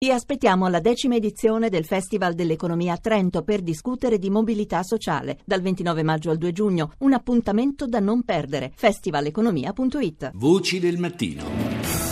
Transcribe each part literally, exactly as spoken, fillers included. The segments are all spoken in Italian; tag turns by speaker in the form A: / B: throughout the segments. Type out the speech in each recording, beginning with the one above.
A: Vi aspettiamo alla decima edizione del Festival dell'Economia a Trento per discutere di mobilità sociale. Dal ventinove maggio al due giugno, un appuntamento da non perdere. festivaleconomia punto it.
B: Voci del mattino.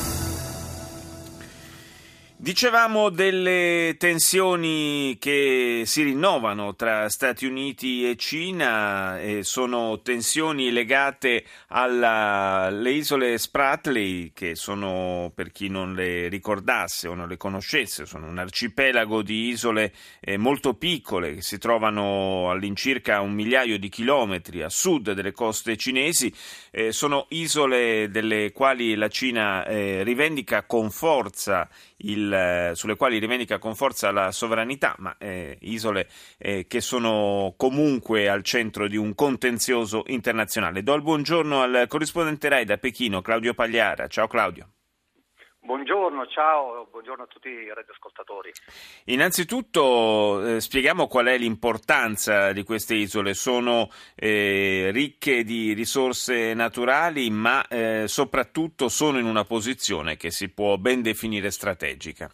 B: Dicevamo delle tensioni che si rinnovano tra Stati Uniti e Cina, e sono tensioni legate alla, alle isole Spratly, che sono, per chi non le ricordasse o non le conoscesse, sono un arcipelago di isole eh, molto piccole che si trovano all'incirca un migliaio di chilometri a sud delle coste cinesi. Eh, sono isole delle quali la Cina eh, rivendica con forza il, sulle quali rivendica con forza la sovranità, ma eh, isole eh, che sono comunque al centro di un contenzioso internazionale. Do il buongiorno al corrispondente Rai da Pechino, Claudio Pagliara. Ciao Claudio.
C: Buongiorno, ciao, buongiorno a tutti i radioascoltatori.
B: Innanzitutto eh, spieghiamo qual è l'importanza di queste isole. Sono eh, ricche di risorse naturali, ma eh, soprattutto sono in una posizione che si può ben definire strategica.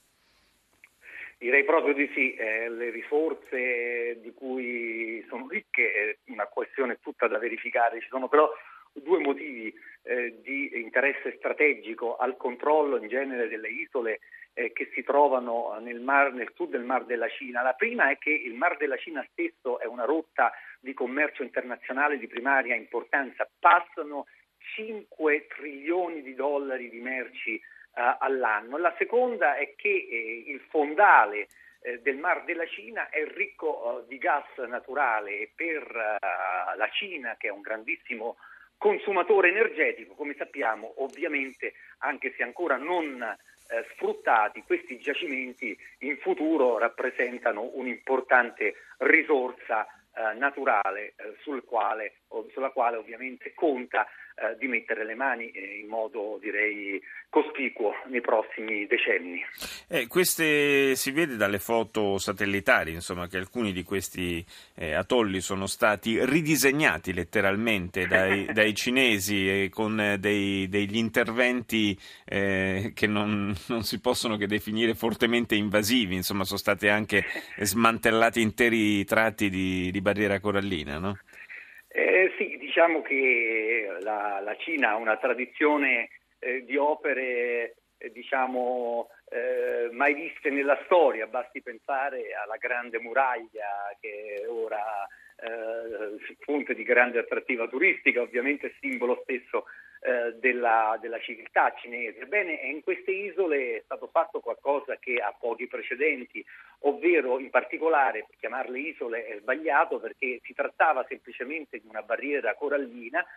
C: Direi proprio di sì, eh, le risorse di cui sono ricche è una questione tutta da verificare, ci sono però due motivi eh, di interesse strategico al controllo in genere delle isole eh, che si trovano nel, mar, nel sud del Mar della Cina. La prima è che il Mar della Cina stesso è una rotta di commercio internazionale di primaria importanza, passano cinque trilioni di dollari di merci uh, all'anno. La seconda è che eh, il fondale eh, del Mar della Cina è ricco uh, di gas naturale e per uh, la Cina, che è un grandissimo consumatore energetico, come sappiamo, ovviamente, anche se ancora non eh, sfruttati, questi giacimenti in futuro rappresentano un'importante risorsa eh, naturale eh, sul quale, o, sulla quale ovviamente conta eh, di mettere le mani eh, in modo, direi, cospicuo nei prossimi decenni.
B: Eh, queste si vede dalle foto satellitari, insomma, che alcuni di questi eh, atolli sono stati ridisegnati letteralmente dai, dai cinesi e con eh, dei, degli interventi eh, che non, non si possono che definire fortemente invasivi. Insomma, sono stati anche smantellati interi tratti di, di barriera corallina, no?
C: Eh, sì, diciamo che la, la Cina ha una tradizione eh, di opere eh, diciamo eh, mai viste nella storia, basti pensare alla Grande Muraglia, che è ora eh, fonte di grande attrattiva turistica, ovviamente simbolo stesso eh, della, della civiltà cinese. Ebbene, in queste isole è stato fatto qualcosa che ha pochi precedenti, ovvero, in particolare, chiamarle isole è sbagliato perché si trattava semplicemente di una barriera corallina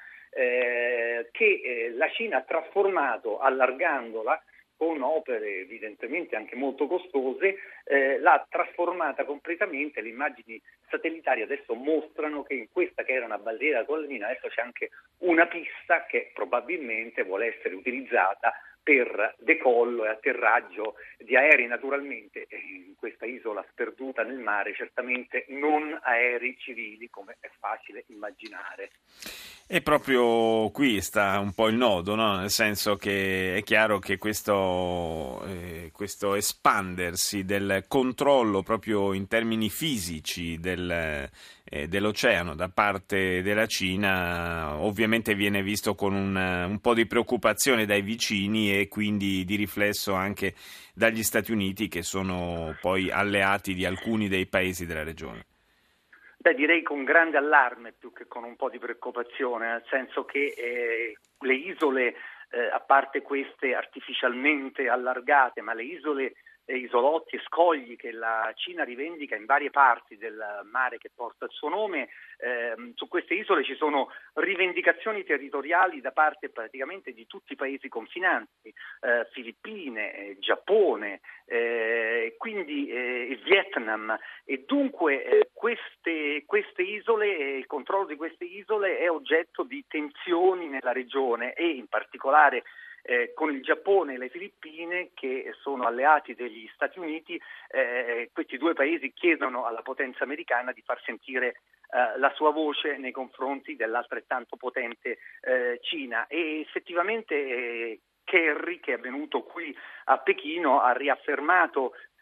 C: eh, che eh, la Cina ha trasformato, allargandola con opere evidentemente anche molto costose, eh, l'ha trasformata completamente. Le immagini satellitari adesso mostrano che in questa, che era una barriera corallina, adesso c'è anche una pista che probabilmente vuole essere utilizzata per decollo e atterraggio di aerei, naturalmente in questa isola sperduta nel mare, certamente non aerei civili, come è facile immaginare.
B: E proprio qui sta un po' il nodo, no? Nel senso che è chiaro che questo, eh, questo espandersi del controllo proprio in termini fisici del, eh, dell'oceano da parte della Cina ovviamente viene visto con un, un po' di preoccupazione dai vicini e quindi di riflesso anche dagli Stati Uniti, che sono poi alleati di alcuni dei paesi della regione.
C: Beh, direi con grande allarme più che con un po' di preoccupazione, nel senso che eh, le isole, eh, a parte queste artificialmente allargate, ma le isole, eh, isolotti e scogli che la Cina rivendica in varie parti del mare che porta il suo nome, eh, su queste isole ci sono rivendicazioni territoriali da parte praticamente di tutti i paesi confinanti, eh, Filippine, eh, Giappone, eh, quindi eh, il Vietnam, e dunque eh, queste, queste isole, eh, il controllo di queste isole è oggetto di tensioni nella regione e in particolare Eh, con il Giappone e le Filippine, che sono alleati degli Stati Uniti. Eh, questi due paesi chiedono alla potenza americana di far sentire eh, la sua voce nei confronti dell'altrettanto potente eh, Cina, e effettivamente eh, Kerry, che è venuto qui a Pechino, ha riaffermato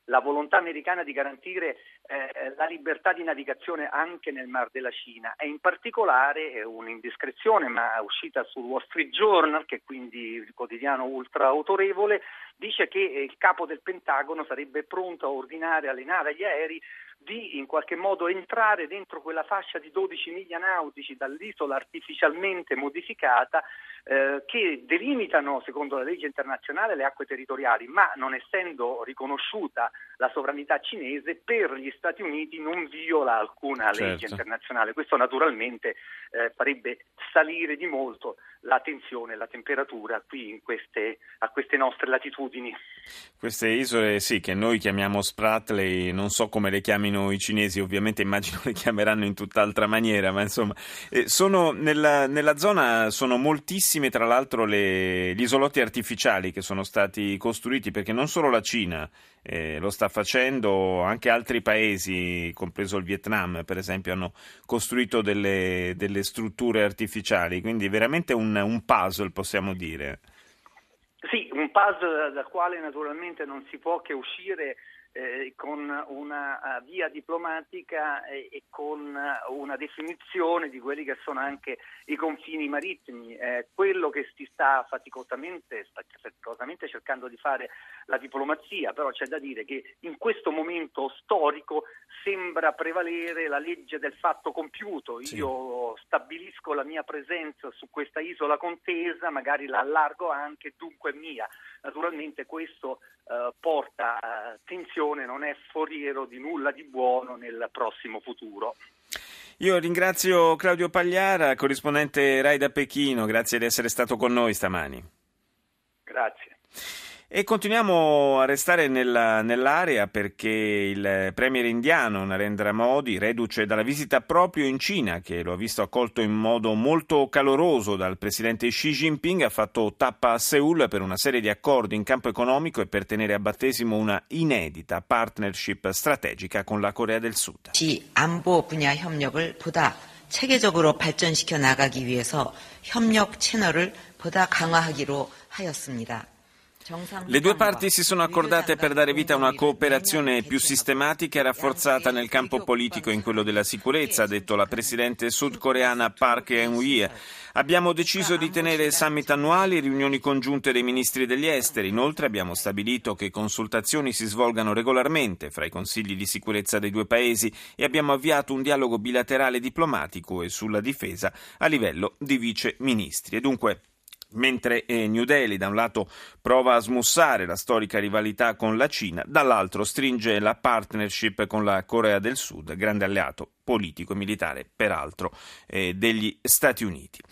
C: la volontà americana di garantire eh, la libertà di navigazione anche nel Mar della Cina, e in particolare è un'indiscrezione ma uscita sul Wall Street Journal, che è quindi il quotidiano ultra autorevole, dice che il capo del Pentagono sarebbe pronto a ordinare alle navi e agli aerei di in qualche modo entrare dentro quella fascia di dodici miglia nautici dall'isola artificialmente modificata eh, che delimitano, secondo la legge internazionale, le acque territoriali, ma non essendo riconosciuta la sovranità cinese, per gli Stati Uniti non viola alcuna
B: certo.
C: legge internazionale. Questo naturalmente eh, farebbe salire di molto la tensione e la temperatura qui in queste, a queste nostre latitudini.
B: Queste isole, sì, che noi chiamiamo Spratly, non so come le chiamino i cinesi, ovviamente immagino le chiameranno in tutt'altra maniera, ma insomma, eh, sono nella, nella zona sono moltissime, tra l'altro, le, gli isolotti artificiali che sono stati costruiti, perché non solo la Cina eh, lo sta facendo, anche altri paesi, compreso il Vietnam, per esempio, hanno costruito delle, delle strutture artificiali, quindi veramente un, un puzzle, possiamo dire.
C: Sì, un puzzle dal quale naturalmente non si può che uscire eh, con una uh, via diplomatica e, e con uh, una definizione di quelli che sono anche i confini marittimi. Eh, quello che si sta faticosamente, sta faticosamente cercando di fare la diplomazia, però c'è da dire che in questo momento storico sembra prevalere la legge del fatto compiuto.
B: Sì.
C: Io stabilisco la mia presenza su questa isola contesa, magari la allargo anche, dunque è mia. Naturalmente questo eh, porta a tensione, non è foriero di nulla di buono nel prossimo futuro.
B: Io ringrazio Claudio Pagliara, corrispondente Rai da Pechino, grazie di essere stato con noi stamani.
C: Grazie.
B: E continuiamo a restare nella, nell'area perché il premier indiano Narendra Modi, reduce dalla visita proprio in Cina, che lo ha visto accolto in modo molto caloroso dal presidente Xi Jinping, ha fatto tappa a Seul per una serie di accordi in campo economico e per tenere a battesimo una inedita partnership strategica con la Corea del Sud.
D: 안보 분야 협력을 보다 체계적으로 발전시켜 나가기 위해서 협력 채널을 보다 강화하기로 하였습니다.
B: Le due parti si sono accordate per dare vita a una cooperazione più sistematica e rafforzata nel campo politico e in quello della sicurezza, ha detto la presidente sudcoreana Park Geun-hye. Abbiamo deciso di tenere summit annuali e riunioni congiunte dei ministri degli esteri. Inoltre abbiamo stabilito che consultazioni si svolgano regolarmente fra i consigli di sicurezza dei due paesi e abbiamo avviato un dialogo bilaterale diplomatico e sulla difesa a livello di vice ministri. E dunque, mentre New Delhi da un lato prova a smussare la storica rivalità con la Cina, dall'altro stringe la partnership con la Corea del Sud, grande alleato politico e militare peraltro eh, degli Stati Uniti.